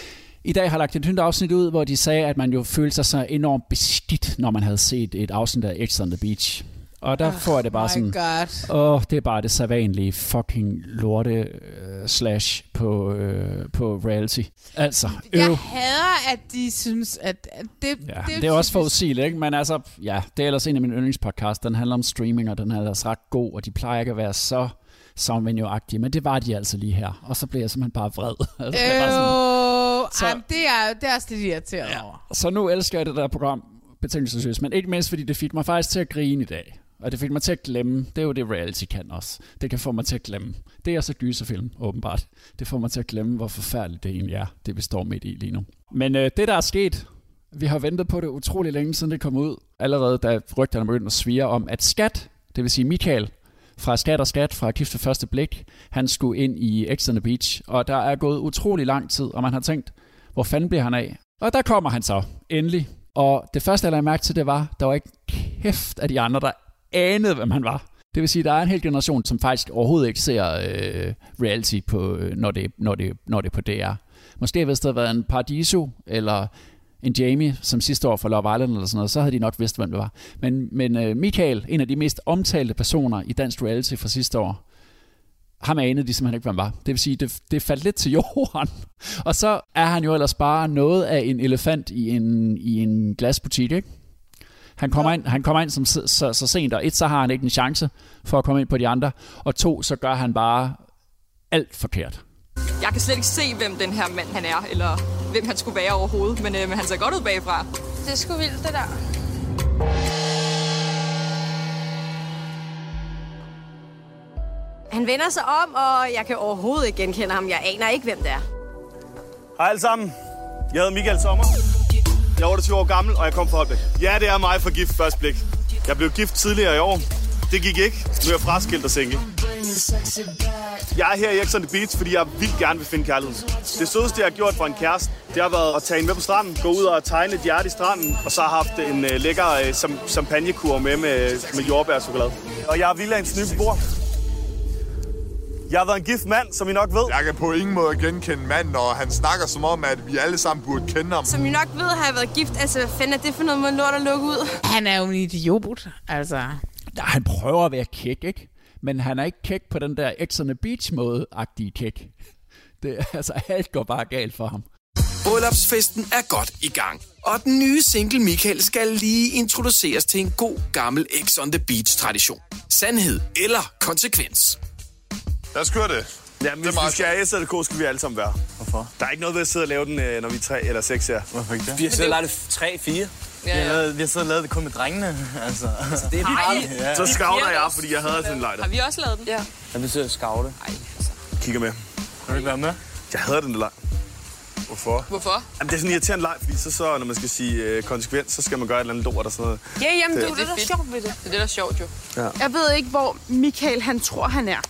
i dag har lagt et nyt afsnit ud, hvor de sagde, at man jo følte sig så enormt beskidt, når man havde set et afsnit af X on the Beach. Og der oh, får jeg det bare sådan, åh, oh, det er bare det sædvanlige fucking lorte uh, slash på, uh, på reality. Altså, øv. Jeg hader, at de synes, at det... Ja, det, det er også forudsigeligt, ikke? Men altså, ja, det er ellers en af mine yndlingspodcasts. Den handler om streaming, og den er ellers ret god, og de plejer ikke at være så Soundvenue-agtige, men det var de altså lige her. Og så blev jeg simpelthen bare vred. Altså, øh, bare sådan, så, ej, det er det er også lidt irriterende ja, over. Så nu elsker jeg det der program betingelsesløst, men ikke mindst, fordi det fik mig faktisk til at grine i dag. Og det fik mig til at glemme. Det er jo det, reality kan også. Det kan få mig til at glemme. Det er så gyserfilm, åbenbart. Det får mig til at glemme, hvor forfærdeligt det egentlig er, det vi står midt i lige nu. Men øh, det, der er sket, vi har ventet på det utrolig længe, siden det kom ud. Allerede da rygterne begyndte at svire om, at Skat, det vil sige Michael, fra Skat og Skat, fra Gift ved første blik, han skulle ind i X on the Beach. Og der er gået utrolig lang tid, og man har tænkt, hvor fanden bliver han af? Og der kommer han så, endelig. Og det første, jeg lagde mærke til, det var, der var ikke kæft af de andre, der anede, hvem han var. Det vil sige, at der er en hel generation, som faktisk overhovedet ikke ser øh, reality, på, når, det, når, det, når det er på D R. Måske hvis der havde været en Paradiso, eller en Jamie, som sidste år for Love Island, eller sådan noget, så havde de nok vidst, hvem det var. Men, men øh, Michael, en af de mest omtalte personer i dansk reality fra sidste år, ham anede de simpelthen ikke, hvem han var. Det vil sige, det, det faldt lidt til jorden. Og så er han jo ellers bare noget af en elefant i en, i en glasbutik, ikke? Han kommer, ind, han kommer ind som så, så, så sent, og et, så har han ikke en chance for at komme ind på de andre, og to, så gør han bare alt forkert. Jeg kan slet ikke se, hvem den her mand han er, eller hvem han skulle være overhovedet, men, øh, men han ser godt ud bagfra. Det er sgu vildt, det der. Han vender sig om, og jeg kan overhovedet ikke genkende ham. Jeg aner ikke, hvem det er. Hej alle sammen. Jeg hedder Michael Sommer. Jeg er otteogtyve år gammel, og jeg kom fra Holbæk. Ja, det er mig for gift først blik. Jeg blev gift tidligere i år. Det gik ikke. Nu er jeg fraskilt og single. Jeg er her i X on the Beach, fordi jeg vildt gerne vil finde kærlighed. Det sødeste, jeg har gjort for en kæreste, det har været at tage hende med på stranden, gå ud og tegne et hjerte i stranden, og så har haft en uh, lækker uh, champagnekur med, med med jordbær og chokolade. Og jeg er villaens nye beboer. Jeg har været en gift mand, som I nok ved. Jeg kan på ingen måde genkende manden, og han snakker som om, at vi alle sammen burde kende ham. Som I nok ved, har jeg været gift. Altså, hvad fanden er det for noget med lort at lukke ud? Han er jo en idiot, altså. Nej, han prøver at være kæk, ikke? Men han er ikke kæk på den der X on the Beach-måde-agtige kæk. Det, altså, alt går bare galt for ham. Bryllupsfesten er godt i gang. Og den nye single Michael skal lige introduceres til en god gammel X on the Beach-tradition. Sandhed eller konsekvens. Lad os køre det. Ja, men hvis vi skal have S L K, skal vi alle sammen være. Hvorfor? Der er ikke noget ved at sidde og lave den, når vi er tre eller seks her. Hvorfor ikke det? Vi har siddet og lavet det tre, fire. Ja, ja. Vi, har lavet, vi har siddet og lavet det kun med drengene. Altså, altså det er vildt. Ja. Så scouter jeg, fordi jeg havde sådan en lejder. Har vi også lavet den? Ja. Jeg vil sidde og scoute. Ej, altså. Kigger med. Kan du ikke være med? Jeg hader den der leg. Hvorfor? Hvorfor? Jamen, det er sådan en irriterende leg, fordi så, så når man skal sige øh, konsekvens, så skal man gøre et eller andet lort og sådan noget. Ja, jamen, det, det, det er det, der er sjovt ved det. Det er det, der er sjovt jo. Ja. Jeg ved ikke, hvor Michael han tror, han er.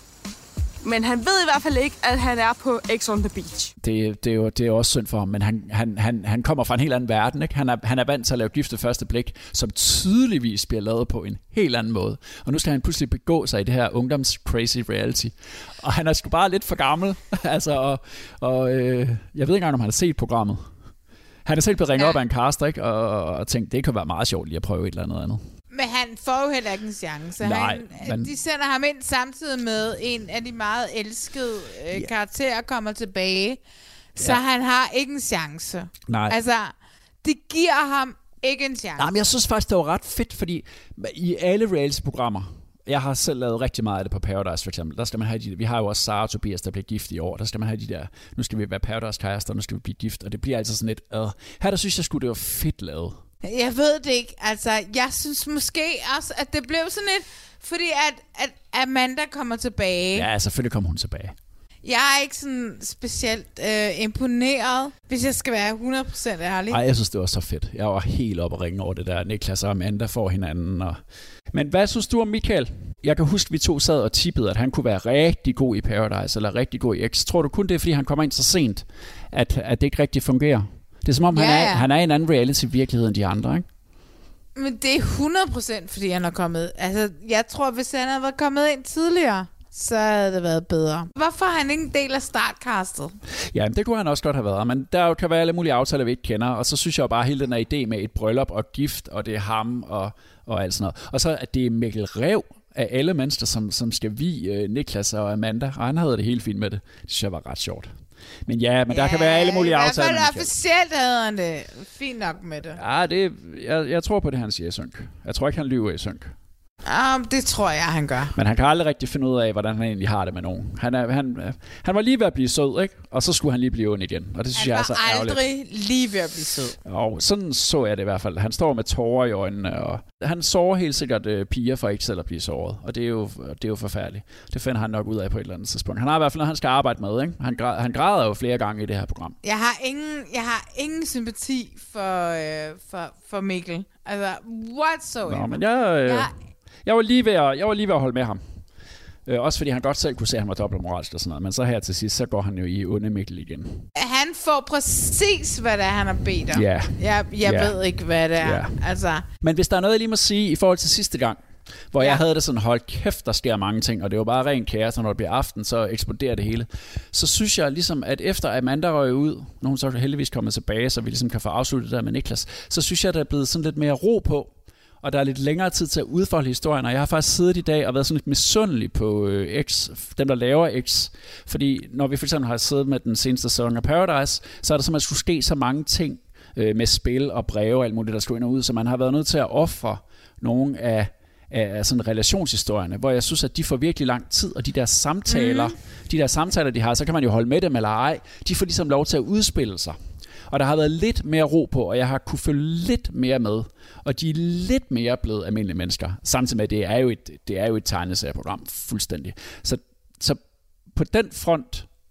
Men han ved i hvert fald ikke, at han er på X on the Beach. Det, det, er, jo, det er jo også synd for ham, men han, han, han, han kommer fra en helt anden verden. Ikke? Han, er, han er vant til at lave Gift ved første blik, som tydeligvis bliver lavet på en helt anden måde. Og nu skal han pludselig begå sig i det her ungdoms-crazy reality. Og han er sgu bare lidt for gammel. altså, og, og øh, jeg ved ikke engang, om han har set programmet. Han er selv blevet ringet ja. op af en caster, ikke? Og, og tænkt, det kan være meget sjovt lige at prøve et eller andet andet. Men han får jo heller ikke en chance. Nej, han, men... De sender ham ind samtidig med en af de meget elskede øh, ja. karakterer kommer tilbage. Så ja. han har ikke en chance. Nej. Altså, det giver ham ikke en chance. Nej, men jeg synes faktisk, det var ret fedt, fordi i alle reality-programmer, jeg har selv lavet rigtig meget af det på Paradise for eksempel. Der skal man have de, vi har jo også Sara og Tobias, der bliver gift i år. Der skal man have de der, nu skal vi være Paradise-kærester, nu skal vi blive gift. Og det bliver altså sådan lidt, øh. her der synes jeg sgu, det var fedt lavet. Jeg ved det ikke. Altså, jeg synes måske også, at det blev sådan lidt, fordi at, at Amanda kommer tilbage. Ja, selvfølgelig kommer hun tilbage. Jeg er ikke sådan specielt øh, imponeret, hvis jeg skal være hundrede procent ærlig. Nej, jeg synes, det var så fedt. Jeg var helt oppe at ringe over det der. Niklas og Amanda får hinanden. Og... Men hvad synes du om Michael? Jeg kan huske, vi to sad og tippede, at han kunne være rigtig god i Paradise, eller rigtig god i X. Tror du kun det er, fordi han kommer ind så sent, at, at det ikke rigtig fungerer? Det er som om, ja, han, er, ja. han er i en anden reality-virkelighed end de andre, ikke? Men det er hundrede procent, fordi han er kommet... Altså, jeg tror, hvis han havde været kommet ind tidligere, så havde det været bedre. Hvorfor er han ikke en del af startcastet? Ja, det kunne han også godt have været, men der kan være alle mulige aftaler, vi ikke kender, og så synes jeg bare hele den her idé med et bryllup og gift, og det er ham og, og alt sådan noget. Og så at det er Mikkel Rev af alle mennesker, som, som skal vie Niklas og Amanda, og han havde det helt fint med det. Det synes jeg var ret sjovt. Men ja, men ja, der kan være alle mulige aftaler. I hvert fald officielt havde han det fint nok med det. Ja, det, jeg, jeg tror på det, han siger i synk. Jeg tror ikke, han lyver i synk. Um, det tror jeg, han gør. Men han kan aldrig rigtig finde ud af, hvordan han egentlig har det med nogen. Han, er, han, han var lige ved at blive sød, ikke? Og så skulle han lige blive ond igen. Og det synes han jeg var er så ærgerligt. aldrig lige ved at blive sød. Og sådan så jeg det i hvert fald. Han står med tårer i øjnene, og han sårer helt sikkert øh, piger for ikke selv at blive såret. Og det er, jo, det er jo forfærdeligt. Det finder han nok ud af på et eller andet tidspunkt. Han har i hvert fald noget, han skal arbejde med, ikke? Han, græd, han græder jo flere gange i det her program. Jeg har ingen, jeg har ingen sympati for, øh, for, for Mikkel. Altså, whatsoever. Nå, men jeg... Øh, jeg Jeg var lige ved at, jeg var lige ved at holde med ham. Øh, også fordi han godt selv kunne se, at han var dobbeltmoralsk og sådan noget. Men så her til sidst, så går han jo i onde Mikkel igen. Han får præcis, hvad det er, han har bedt om. Ja. Jeg, jeg ja. ved ikke, hvad det er. Ja. Altså. Men hvis der er noget, jeg lige må sige i forhold til sidste gang, hvor ja. jeg havde det sådan, hold kæft, der sker mange ting, og det var bare ren kaos, og når det bliver aften, så eksploderer det hele. Så synes jeg ligesom, at efter Amanda røg ud, når hun så heldigvis kommet tilbage, så vi ligesom kan få afsluttet det der med Niklas, så synes jeg, at der er blevet sådan lidt mere ro på. Og der er lidt længere tid til at udfolde historien, og jeg har faktisk siddet i dag og været sådan lidt misundelig på øh, X, dem der laver X. Fordi når vi for eksempel har siddet med den seneste sæson af Paradise, så er der simpelthen skulle ske så mange ting øh, med spil og breve og alt muligt, der skulle ind og ud, så man har været nødt til at ofre nogle af, af, af sådan relationshistorierne, hvor jeg synes, at de får virkelig lang tid, og de der samtaler, mm. de der samtaler, de har, så kan man jo holde med dem eller ej, de får ligesom lov til at udspille sig. Og der har været lidt mere ro på, og jeg har kunne følge lidt mere med. Og de er lidt mere blevet almindelige mennesker. Samtidig med, at det er jo et, det er jo et tegneserieprogram fuldstændig. Så, så på den front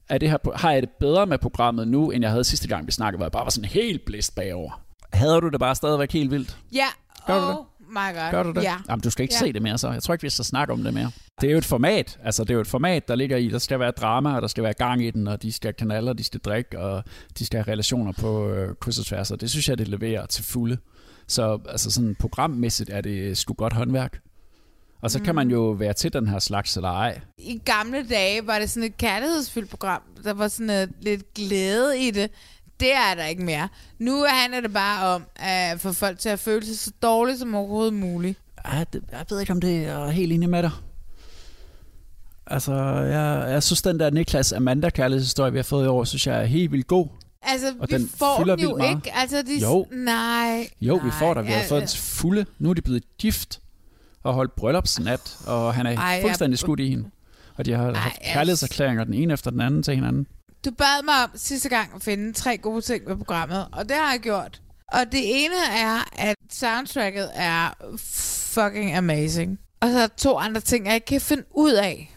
er det her, har jeg det bedre med programmet nu, end jeg havde sidste gang, vi snakkede, hvor jeg bare var sådan helt blæst bagover. Hader du det bare stadigvæk helt vildt? Ja, Gør du oh det? my god. Gør du det? Ja. Jamen, du skal ikke Ja. se det mere så. Jeg tror ikke, vi skal snakke om det mere. Det er jo et format. Altså, det er jo et format, der ligger i. Der skal være drama, og der skal være gang i den, og de skal kanaler, de skal drikke, og de skal have relationer på øh, kryds og tværs. Og det synes jeg, det leverer til fulde. Så altså, sådan programmæssigt er det sgu godt håndværk. Og så mm. kan man jo være til den her slags eller ej. I gamle dage var det sådan et kærlighedsfyldt program. Der var sådan et, lidt glæde i det. Det er der ikke mere. Nu handler det bare om at få folk til at føle sig så dårligt som overhovedet muligt. Ja, det, jeg ved ikke, om det er helt enig med dig. Altså, jeg, jeg synes, den der Niklas Amanda kærlighedshistorie, vi har fået i år, synes jeg er helt vildt god. Altså, og vi den får fylder den jo vildt meget. ikke. Altså, de, Jo. Nej. Jo, nej, vi får der. Vi har ja, fået den til fulde. Nu er de blevet gift og holdt bryllupsnat, og han er Ej, fuldstændig jeg- skudt i hende. Og de har Ej, haft jeg- kærlighedserklæringer den ene efter den anden til hinanden. Du bad mig om sidste gang at finde tre gode ting ved programmet, og det har jeg gjort. Og det ene er, at soundtracket er fucking amazing. Og så er der to andre ting, jeg ikke kan finde ud af.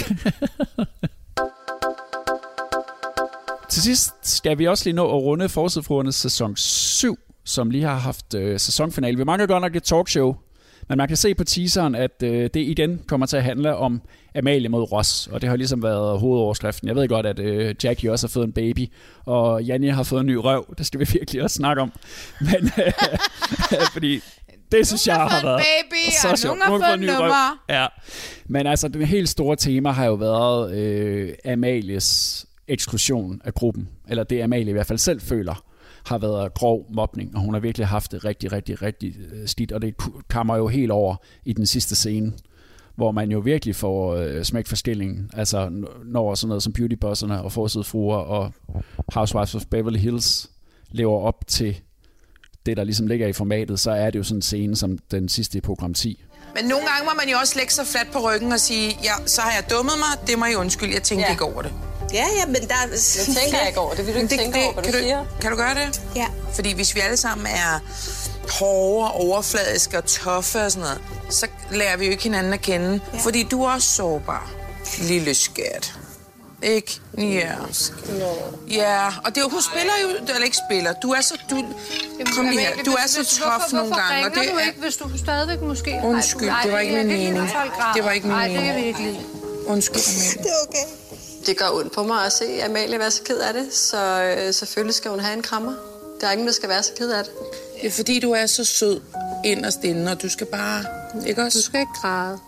Til sidst skal vi også lige nå at runde Forsidefruernes sæson syv, som lige har haft øh, sæsonfinale. Vi mangler godt nok et talkshow, men man kan se på teaseren, at øh, det igen kommer til at handle om Amalie mod Ross, og det har ligesom været hovedoverskriften. Jeg ved godt, at øh, Jackie også har fået en baby, og Jannie har fået en ny røv. Det skal vi virkelig også snakke om. Men øh, fordi det synes jeg har, har været baby, så og sjovt. nogen har Nogen fået en ny røv. nummer. Ja. Men altså, det helt store tema har jo været øh, Amalies eksklusion af gruppen, eller det Amalie i hvert fald selv føler har været grov mobning, og hun har virkelig haft det rigtig, rigtig, rigtig skidt, og det kommer jo helt over i den sidste scene, hvor man jo virkelig får øh, smæk for skillingen, altså når sådan noget som Beautybosserne og Forsidefruer og Housewives of Beverly Hills lever op til det, der ligesom ligger i formatet, så er det jo sådan en scene som den sidste i program ti. Men nogle gange må man jo også lægge sig fladt på ryggen og sige, ja, så har jeg dummet mig, det må I undskylde, jeg tænkte ja. ikke over det. Ja, ja, men der... Jeg tænker ikke over det. Vil du ikke det, tænke det, over, hvad kan du du siger? Kan du gøre det? Ja. Fordi hvis vi alle sammen er hårde, overfladiske og toffe og sådan noget, så lærer vi jo ikke hinanden at kende. Ja. Fordi du er også sårbar, lille skat. Ikke? Ja. Ja, og det er jo, hun spiller jo, eller ikke spiller. Du er så, du, kom lige her. Du er så tof nogle gange. Og det du er, ikke, hvis du stadigvæk måske... undskyld, det var ikke min mening. Det var ikke min mening. Nej, det kan vi ikke lide. Undskyld, Amalie. Det er okay. Det gør ondt på mig at se Amalie være så ked af det, så øh, selvfølgelig skal hun have en krammer. Der er ingen, der skal være så ked af det. Det er fordi, du er så sød inderst inde, og du skal bare... Ikke også? Du skal ikke græde.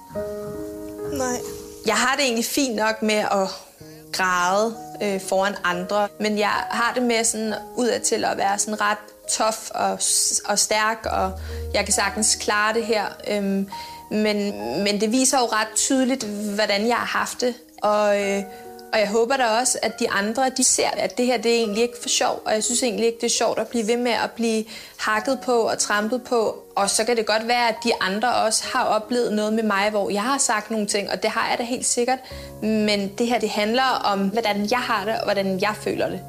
Nej. Jeg har det egentlig fint nok med at græde øh, foran andre, men jeg har det med sådan udadtil at være sådan ret tof og, og stærk, og jeg kan sagtens klare det her. Øhm, men, men det viser jo ret tydeligt, hvordan jeg har haft det, og... Øh, Og jeg håber da også, at de andre, de ser, at det her, det er egentlig ikke for sjov. Og jeg synes egentlig ikke, det er sjovt at blive ved med at blive hakket på og trampet på. Og så kan det godt være, at de andre også har oplevet noget med mig, hvor jeg har sagt nogle ting, og det har jeg da helt sikkert. Men det her, det handler om, hvordan jeg har det, og hvordan jeg føler det.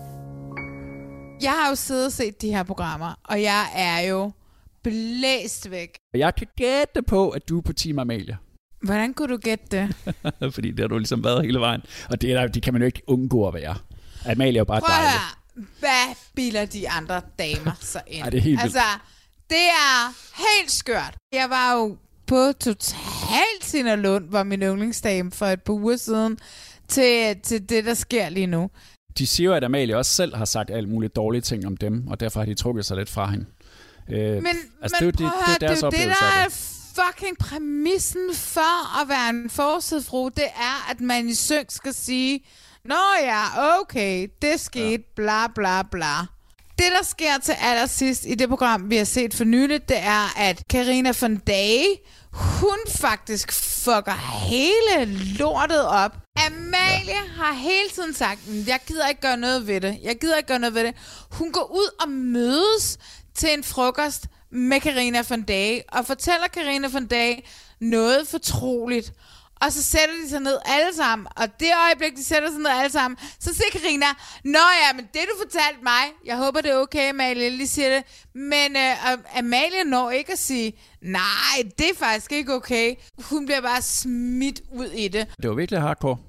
Jeg har jo siddet og set de her programmer, og jeg er jo blæst væk. Jeg kan gætte på, at du er på Team Amalie. Hvordan kunne du gætte det? Fordi det har du ligesom været hele vejen. Og det, er der, det kan man jo ikke undgå at være. Amalie er jo bare Prøv at dejlig. høre. Hvad bilder de andre damer så ind? Ej, det er helt vildt. Altså, det er helt skørt. Jeg var jo på totalt Tina Lund, var min yndlingsdame for et par uger siden, til, til det, der sker lige nu. De siger jo, at Amalie også selv har sagt alt muligt dårlige ting om dem, og derfor har de trukket sig lidt fra hende. Øh, Men, altså, men det, prøv det, at høre, det er deres det er jo det, oplevelse der af er fucking præmissen for at være en forsidefrue. Det er, at man i synk skal sige, nå ja, okay, det skete, ja. bla bla bla. Det, der sker til allersidst i det program, vi har set for nyligt, det er, at Karina von Dage, hun faktisk fucker hele lortet op. Amalie ja. har hele tiden sagt, jeg gider ikke gøre noget ved det. Jeg gider ikke gøre noget ved det. Hun går ud og mødes til en frokost med Karina von Dage, og fortæller Karina von Dage noget fortroligt. Og så sætter de sig ned alle sammen, og det øjeblik, de sætter sig ned alle sammen, så siger Karina, nå ja, men det du fortalte mig, jeg håber det er okay, Amalie, lige siger det, men øh, Amalie når ikke at sige, nej, det er faktisk ikke okay. Hun bliver bare smidt ud i det. Det var virkelig hardcore.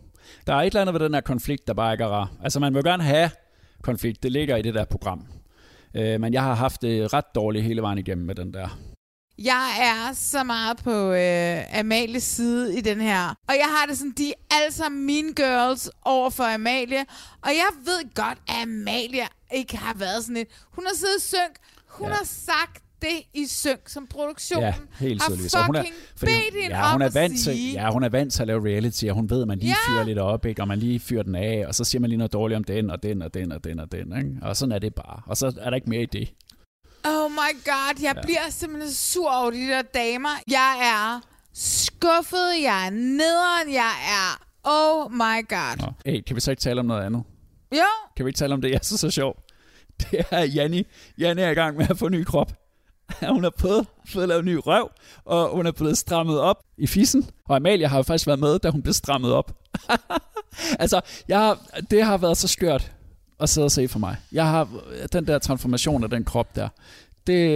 Der er et eller andet ved den her konflikt, der bare ikke er rar. Altså, man vil gerne have konflikt. Det ligger i det der program. Øh, men jeg har haft det ret dårligt hele vejen igennem med den der. Jeg er så meget på øh, Amalies side i den her. Og jeg har det sådan, de er alle sammen mean girls over for Amalie. Og jeg ved godt, at Amalie ikke har været sådan et... Hun har siddet i synk. Hun ja. har sagt det i synk, som produktionen ja, helt har tydeligt. fucking hun er, bedt hende ja, hun om er vant at sige. Til, ja, hun er vant til at lave reality, og hun ved, at man lige ja. fyrer lidt op, ikke? Og man lige fyrer den af, og så siger man lige noget dårligt om den, og den, og den, og den, og den. Ikke? Og sådan er det bare. Og så er der ikke mere i det. Oh my god, jeg ja. bliver simpelthen sur over de der damer. Jeg er skuffet, jeg er nederen, jeg er... Oh my god. Nå. Hey, kan vi så ikke tale om noget andet? Jo. Kan vi ikke tale om det, jeg synes er sjovt? Det er Janni. Janni er i gang med at få ny krop. Hun har fået, fået lavet ny røv, og hun er blevet strammet op i fissen. Og Amalie har jo faktisk været med, da hun blev strammet op. altså, jeg har, det har været så skørt at sidde og se for mig. Jeg har den der transformation af den krop der. Det,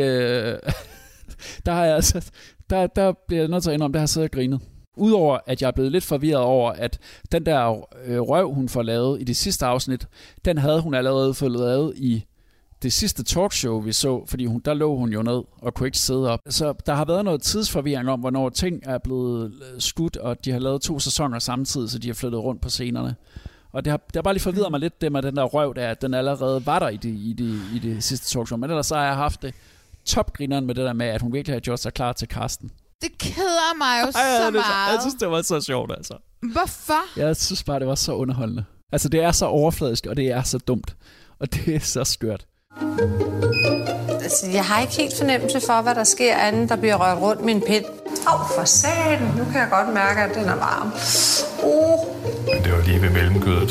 der har jeg altså, der, der bliver jeg nødt til at indrømme, der har jeg siddet og grinet. Udover at jeg er blevet lidt forvirret over, at den der røv, hun får lavet i det sidste afsnit, den havde hun allerede fået lavet i det sidste talkshow, vi så, fordi hun, der lå hun jo ned og kunne ikke sidde op. Så der har været noget tidsforvirring om, hvornår ting er blevet skudt, og de har lavet to sæsoner samtidig, så de har flyttet rundt på scenerne. Og det har, det har bare lige forvirret mig lidt, det med den der røv, der, at den allerede var der i det, i det, i det sidste talkshow. Men ellers så har jeg haft det topgrineren med det der med, at hun virkelig har gjort sig klar til Karsten. Det keder mig jo Ej, så det, meget. Jeg synes, det var så sjovt, altså. Hvorfor? Jeg synes bare, det var så underholdende. Altså, det er så overfladisk, og det er så dumt. Og det er så skørt. Altså, jeg har ikke helt fornemmelse for, hvad der sker, anden der bliver rørt rundt med en pind. Åh, oh, for satan. Nu kan jeg godt mærke, at den er varm. Uh. Men det var lige ved mellemkødet.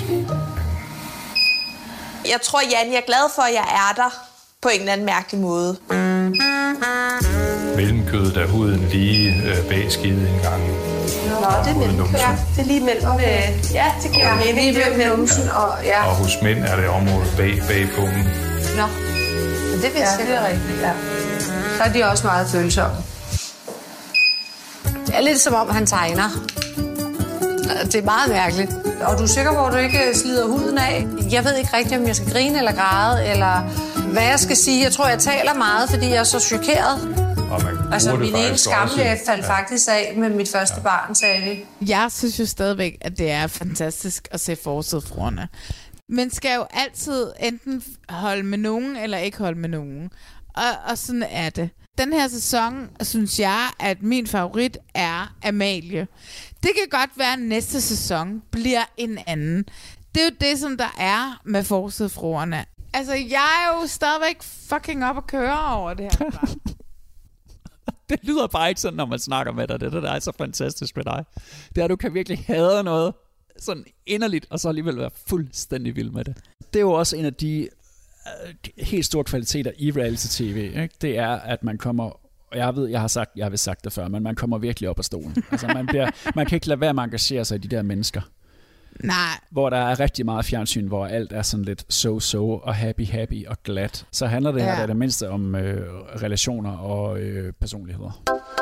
Jeg tror, Jan, jeg er glad for, at jeg er der på en eller anden mærkelig måde. Mellemkødet er huden lige øh, bag skide en gang. Nå, det er mellemkødet. Ja, det er lige mellem. Okay. Ja, det giver ja, mening. Lige mellem numsen og... Ja. Og hos mænd er det området bag, bag pungen. Nå, men det vil jeg ja, det er rigtigt, ja. Så er de også meget følsomme. Det er lidt som om, han tegner. Det er meget mærkeligt. Og du er sikker på, at du ikke slider huden af? Jeg ved ikke rigtigt, om jeg skal grine eller græde, eller hvad jeg skal sige. Jeg tror, jeg taler meget, fordi jeg er så chokeret. Altså, min ene skamlæg faldt ja. faktisk af med mit første ja. barn, sagde de. Jeg synes jo stadigvæk, at det er fantastisk at se Forsidefruerne. Men skal jo altid enten holde med nogen, eller ikke holde med nogen. Og, og sådan er det. Den her sæson, synes jeg, at min favorit er Amalie. Det kan godt være, at næste sæson bliver en anden. Det er jo det, som der er med Forsidefruerne. Altså, jeg er jo stadigvæk fucking op at køre over det her. Det lyder bare ikke sådan, når man snakker med dig. Det der er så fantastisk med dig. Det er, at du kan virkelig hade noget sådan inderligt, og så alligevel være fuldstændig vild med det. Det er jo også en af de uh, helt store kvaliteter i reality-tv. Ikke? Det er, at man kommer... Og jeg ved, jeg har sagt, jeg har sagt det før, men man kommer virkelig op af stolen. Altså, man, bliver, man kan ikke lade være med at engagere sig i de der mennesker. Nej. Hvor der er rigtig meget fjernsyn, hvor alt er sådan lidt so-so og happy-happy og glat. Så handler det her ja. det mindste om øh, relationer og øh, personligheder.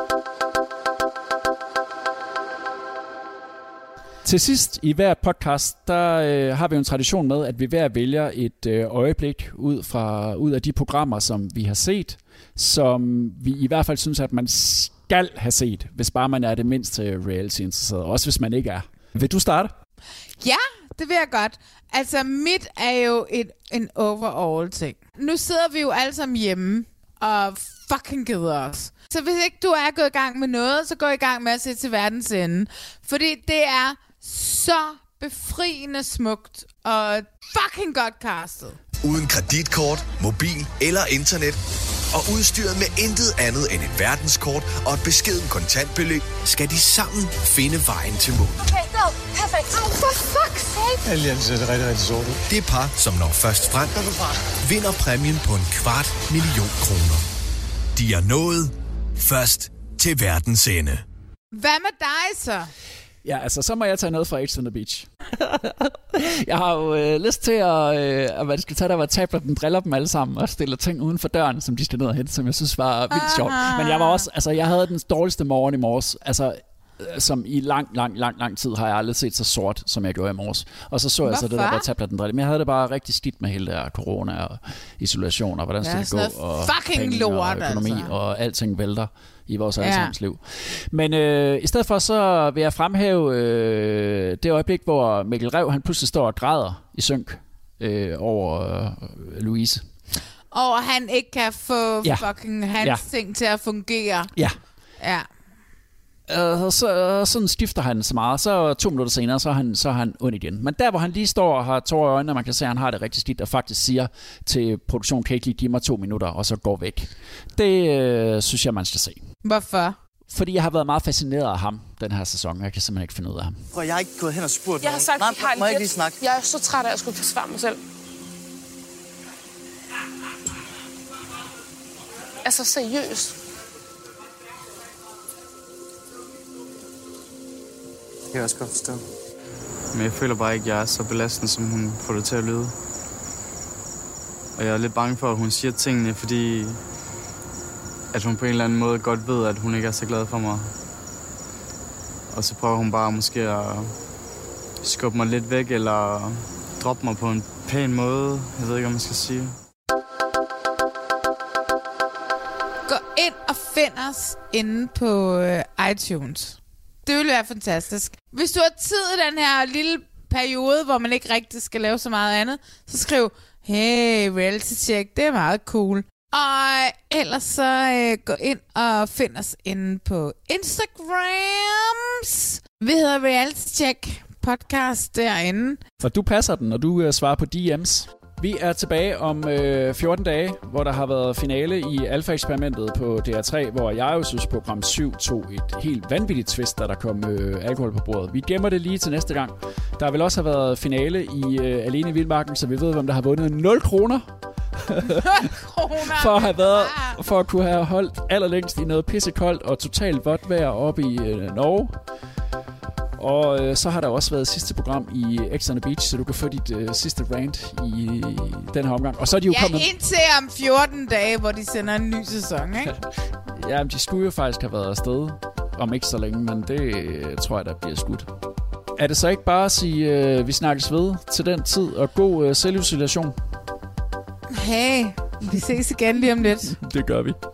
Til sidst i hver podcast, der øh, har vi en tradition med, at vi hver vælger et øh, øjeblik ud, fra, ud af de programmer, som vi har set, som vi i hvert fald synes, at man skal have set, hvis bare man er det mindste reality-interesseret, også hvis man ikke er. Vil du starte? Ja, det vil jeg godt. Altså, mit er jo et, en overall-ting. Nu sidder vi jo alle sammen hjemme og fucking keder os. Så hvis ikke du er gået i gang med noget, så gå i gang med at se til verdens ende. Fordi det er så befriende smukt og fucking godt castet. Uden kreditkort, mobil eller internet, og udstyret med intet andet end et verdenskort og et beskeden kontantbeløb, skal de sammen finde vejen til mål. Okay, go. Perfekt. Oh, for fuck's sake. Allianz ser det rigtig, rigtig sort ud. Det par, som når først frem, vinder præmien på en kvart million kroner. De er nået først til verdens ende. Hvad med dig så? Ja, altså, så må jeg tage noget fra Ex on the Beach. Jeg har jo øh, lyst til at, øh, at man skal tage der, hvor tabletten driller dem alle sammen og stiller ting uden for døren, som de skal ned og hente, som jeg synes var vildt sjovt. Men jeg var også, altså, jeg havde den dårligste morgen i morges. Altså, som i lang, lang, lang, lang tid har jeg aldrig set så sort, som jeg gjorde i morges. Og så så jeg så det der var tabletten drillet. Men jeg havde det bare rigtig skidt med hele der corona og isolation, og hvordan skal det gå, og fucking lort, og økonomi, altså. Og alting vælter i vores allesammens liv. Men øh, i stedet for, så vil jeg fremhæve øh, det øjeblik, hvor Mikkel Rev, han pludselig står og græder i synk øh, over øh, Louise. Og han ikke kan få ja. fucking hans ja. ting til at fungere. Ja. Ja. Uh, så, uh, sådan skifter han så meget. Så to minutter senere, så er han, så er han ond igen. Men der, hvor han lige står og har tårer i øjnene, og man kan se, at han har det rigtig skidt, og faktisk siger til produktion, kan ikke lige give mig to minutter, og så går væk. Det uh, synes jeg, man skal se. Hvorfor? Fordi jeg har været meget fascineret af ham den her sæson. Jeg kan simpelthen ikke finde ud af ham. Prøv, jeg har ikke gået hen og spurgt Jeg har sagt, Nej, at Karl, må jeg ikke lige snakke? Jeg er så træt af at skulle forsvare mig selv. Altså seriøst. Det kan jeg også godt forstå. Men jeg føler bare ikke, at jeg er så belastende, som hun får det til at lyde. Og jeg er lidt bange for, at hun siger tingene, fordi at hun på en eller anden måde godt ved, at hun ikke er så glad for mig. Og så prøver hun bare måske at skubbe mig lidt væk, eller droppe mig på en pæn måde. Jeg ved ikke, hvad man skal sige. Gå ind og find os inde på uh, iTunes. Det ville være fantastisk. Hvis du har tid i den her lille periode, hvor man ikke rigtig skal lave så meget andet, så skriv, hey, reality check, det er meget cool. Og ellers så øh, gå ind og find os inde på Instagrams. Vi hedder Reality Check podcast derinde. For du passer den, og du øh, svarer på D M's. Vi er tilbage om øh, fjorten dage, hvor der har været finale i Alfa-eksperimentet på D R tre, hvor jeg jo synes, program syv tog et helt vanvittigt twist, da der kom øh, alkohol på bordet. Vi gemmer det lige til næste gang. Der vil også have været finale i øh, Alene i Vildmarken, så vi ved, hvem der har vundet nul kroner. for, at have været, for at kunne have holdt allerlængst i noget pissekoldt og totalt vådt vejr oppe i øh, Norge. Og øh, så har der også været sidste program i X on the Beach, så du kan få dit øh, sidste rant i, i den her omgang. Og så er de jo ja, kommet... indtil om fjorten dage, hvor de sender en ny sæson, ikke? Ja, men de skulle jo faktisk have været afsted om ikke så længe, men det øh, tror jeg, der bliver skudt. Er det så ikke bare at sige, øh, vi snakkes ved til den tid, og god øh, selvisolation? Hey, vi ses igen lige om lidt. Det gør vi.